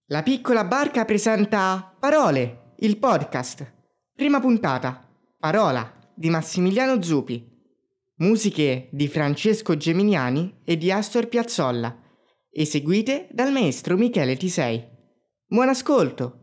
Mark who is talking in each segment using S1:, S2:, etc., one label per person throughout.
S1: La piccola barca presenta Parole, il podcast. Prima puntata, Parola, di Massimiliano Zupi. Musiche di Francesco Geminiani e di Astor Piazzolla, eseguite dal maestro Michele Tisei. Buon ascolto!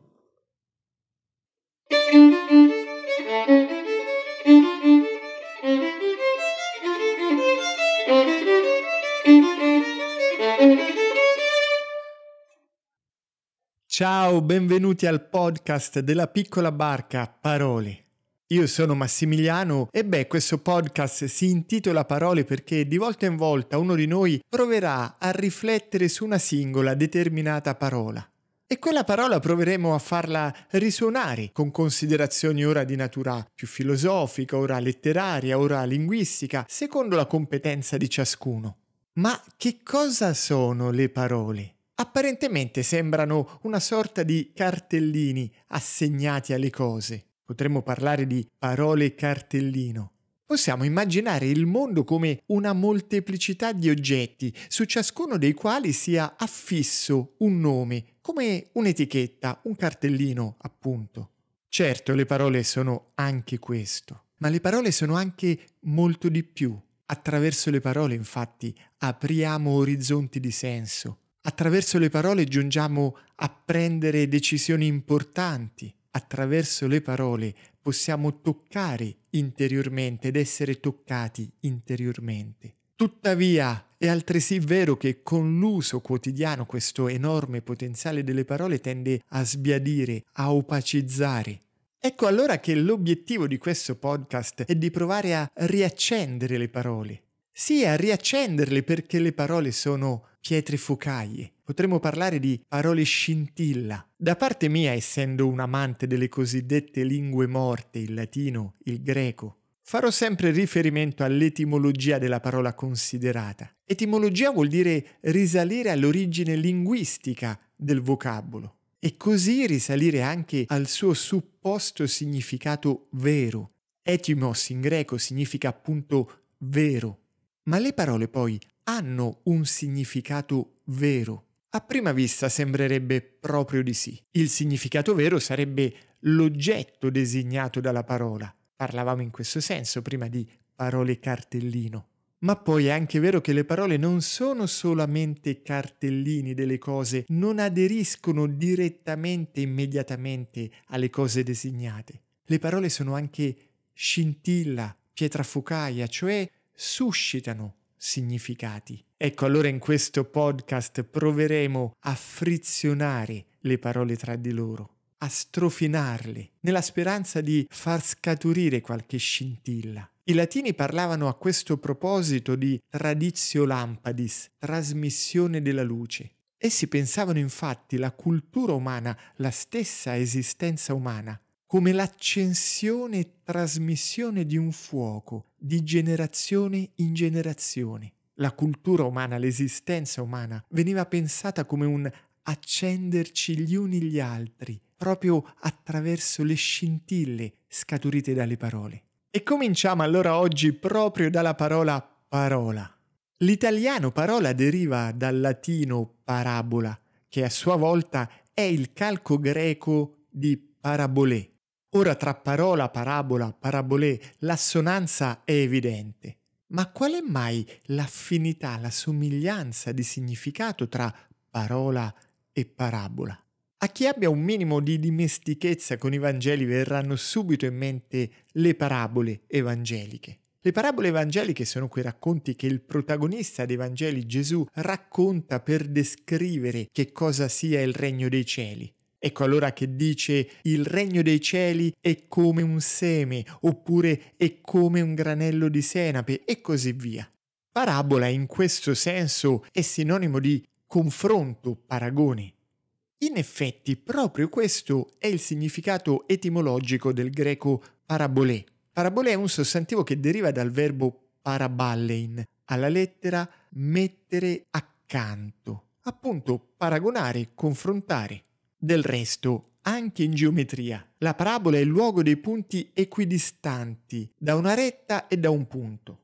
S2: Ciao, benvenuti al podcast della piccola barca Parole. Io sono Massimiliano e questo podcast si intitola Parole perché di volta in volta uno di noi proverà a riflettere su una singola determinata parola. E quella parola proveremo a farla risuonare con considerazioni ora di natura più filosofica, ora letteraria, ora linguistica, secondo la competenza di ciascuno. Ma che cosa sono le parole? Apparentemente sembrano una sorta di cartellini assegnati alle cose. Potremmo parlare di parole cartellino. Possiamo immaginare il mondo come una molteplicità di oggetti, su ciascuno dei quali sia affisso un nome, come un'etichetta, un cartellino, appunto. Certo, le parole sono anche questo, ma le parole sono anche molto di più. Attraverso le parole, infatti, apriamo orizzonti di senso. Attraverso le parole giungiamo a prendere decisioni importanti. Attraverso le parole possiamo toccare interiormente ed essere toccati interiormente. Tuttavia, è altresì vero che con l'uso quotidiano questo enorme potenziale delle parole tende a sbiadire, a opacizzare. Ecco allora che l'obiettivo di questo podcast è di provare a riaccendere le parole. Sì, a riaccenderle perché le parole sono pietre focaie. Potremmo parlare di parole scintilla. Da parte mia, essendo un amante delle cosiddette lingue morte, il latino, il greco, farò sempre riferimento all'etimologia della parola considerata. Etimologia vuol dire risalire all'origine linguistica del vocabolo e così risalire anche al suo supposto significato vero. Etimos in greco significa appunto vero. Ma le parole poi hanno un significato vero? A prima vista sembrerebbe proprio di sì. Il significato vero sarebbe l'oggetto designato dalla parola. Parlavamo in questo senso prima di parole cartellino. Ma poi è anche vero che le parole non sono solamente cartellini delle cose, non aderiscono direttamente, immediatamente alle cose designate. Le parole sono anche scintilla, pietra focaia, cioè suscitano significati. Ecco, allora in questo podcast proveremo a frizionare le parole tra di loro, a strofinarle, nella speranza di far scaturire qualche scintilla. I latini parlavano a questo proposito di traditio lampadis, trasmissione della luce. Essi pensavano infatti la cultura umana, la stessa esistenza umana, come l'accensione e trasmissione di un fuoco, di generazione in generazione. La cultura umana, l'esistenza umana, veniva pensata come un accenderci gli uni gli altri, proprio attraverso le scintille scaturite dalle parole. E cominciamo allora oggi proprio dalla parola parola. L'italiano parola deriva dal latino parabola, che a sua volta è il calco greco di parabolè. Ora tra parola, parabola, parabolè l'assonanza è evidente. Ma qual è mai l'affinità, la somiglianza di significato tra parola e parabola? A chi abbia un minimo di dimestichezza con i Vangeli verranno subito in mente le parabole evangeliche. Le parabole evangeliche sono quei racconti che il protagonista dei Vangeli, Gesù, racconta per descrivere che cosa sia il regno dei cieli. Ecco allora che dice il regno dei cieli è come un seme, oppure è come un granello di senape e così via. Parabola in questo senso è sinonimo di confronto, paragone. In effetti proprio questo è il significato etimologico del greco parabolè. Parabolè è un sostantivo che deriva dal verbo paraballein, alla lettera mettere accanto, appunto paragonare, confrontare. Del resto, anche in geometria, la parabola è il luogo dei punti equidistanti da una retta e da un punto.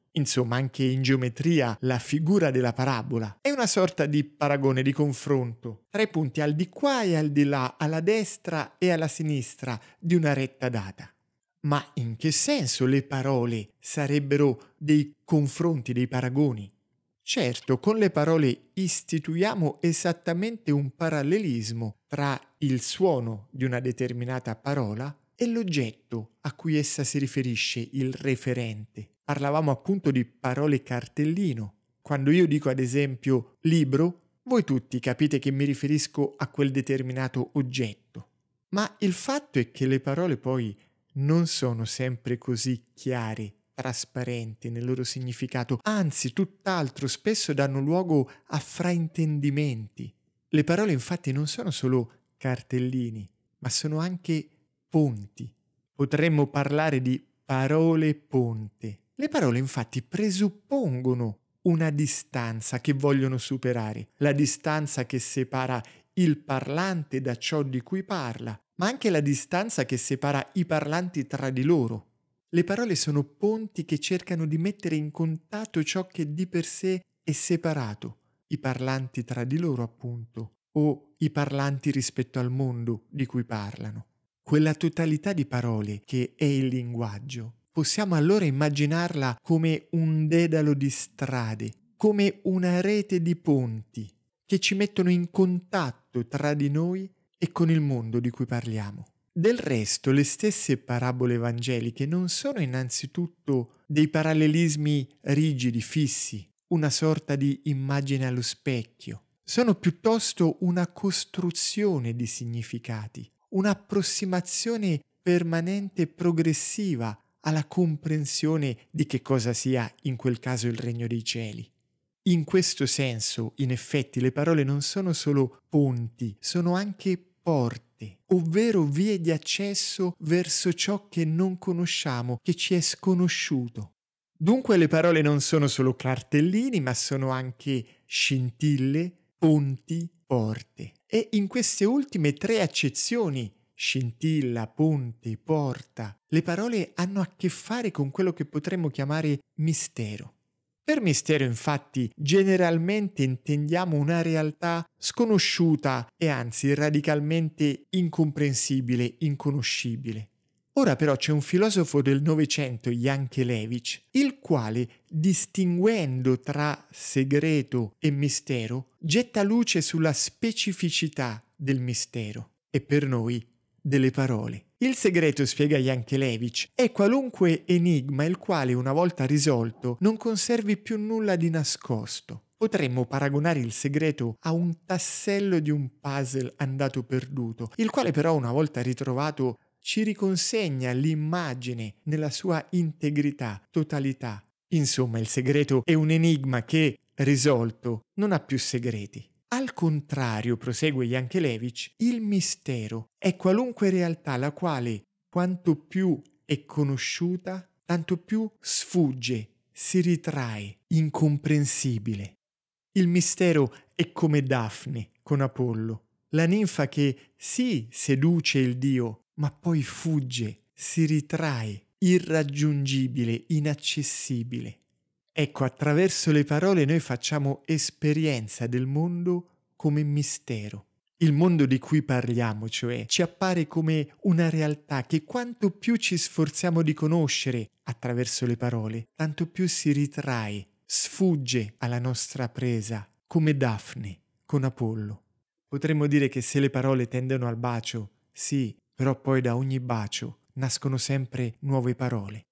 S2: Insomma, anche in geometria la figura della parabola è una sorta di paragone, di confronto tra i punti al di qua e al di là, alla destra e alla sinistra di una retta data. Ma in che senso le parole sarebbero dei confronti, dei paragoni? Certo, con le parole istituiamo esattamente un parallelismo tra il suono di una determinata parola e l'oggetto a cui essa si riferisce, il referente. Parlavamo appunto di parole cartellino. Quando io dico ad esempio libro, voi tutti capite che mi riferisco a quel determinato oggetto. Ma il fatto è che le parole poi non sono sempre così chiare, trasparenti nel loro significato, anzi tutt'altro, spesso danno luogo a fraintendimenti. Le parole infatti non sono solo cartellini, ma sono anche ponti. Potremmo parlare di parole ponte. Le parole infatti presuppongono una distanza che vogliono superare, la distanza che separa il parlante da ciò di cui parla, ma anche la distanza che separa i parlanti tra di loro. Le parole sono ponti che cercano di mettere in contatto ciò che di per sé è separato, i parlanti tra di loro appunto, o i parlanti rispetto al mondo di cui parlano. Quella totalità di parole che è il linguaggio, possiamo allora immaginarla come un dedalo di strade, come una rete di ponti che ci mettono in contatto tra di noi e con il mondo di cui parliamo. Del resto, le stesse parabole evangeliche non sono innanzitutto dei parallelismi rigidi, fissi, una sorta di immagine allo specchio. Sono piuttosto una costruzione di significati, un'approssimazione permanente e progressiva alla comprensione di che cosa sia in quel caso il regno dei cieli. In questo senso, in effetti, le parole non sono solo ponti, sono anche porte, ovvero vie di accesso verso ciò che non conosciamo, che ci è sconosciuto. Dunque le parole non sono solo cartellini, ma sono anche scintille, ponti, porte. E in queste ultime tre accezioni, scintilla, ponte, porta, le parole hanno a che fare con quello che potremmo chiamare mistero. Per mistero, infatti, generalmente intendiamo una realtà sconosciuta e anzi radicalmente incomprensibile, inconoscibile. Ora però c'è un filosofo del Novecento, Jankelevich, il quale, distinguendo tra segreto e mistero, getta luce sulla specificità del mistero e per noi delle parole. Il segreto, spiega Jankelevich, è qualunque enigma il quale una volta risolto non conservi più nulla di nascosto. Potremmo paragonare il segreto a un tassello di un puzzle andato perduto, il quale però una volta ritrovato ci riconsegna l'immagine nella sua integrità, totalità. Insomma, il segreto è un enigma che, risolto, non ha più segreti. Al contrario, prosegue Jankelevich, il mistero è qualunque realtà la quale, quanto più è conosciuta, tanto più sfugge, si ritrae, incomprensibile. Il mistero è come Daphne con Apollo, la ninfa che sì seduce il dio, ma poi fugge, si ritrae, irraggiungibile, inaccessibile. Ecco, attraverso le parole noi facciamo esperienza del mondo come mistero. Il mondo di cui parliamo, cioè, ci appare come una realtà che quanto più ci sforziamo di conoscere attraverso le parole, tanto più si ritrae, sfugge alla nostra presa, come Daphne con Apollo. Potremmo dire che se le parole tendono al bacio, sì, però poi da ogni bacio nascono sempre nuove parole.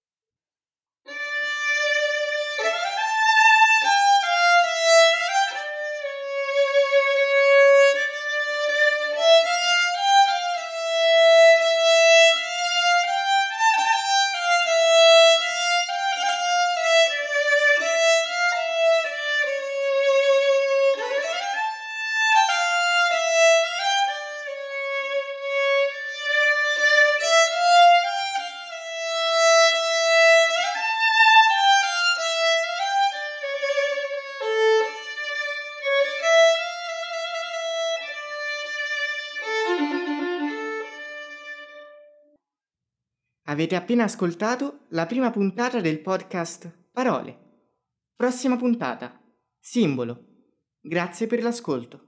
S1: Avete appena ascoltato la prima puntata del podcast Parole, Prossima puntata. Simbolo. Grazie per l'ascolto.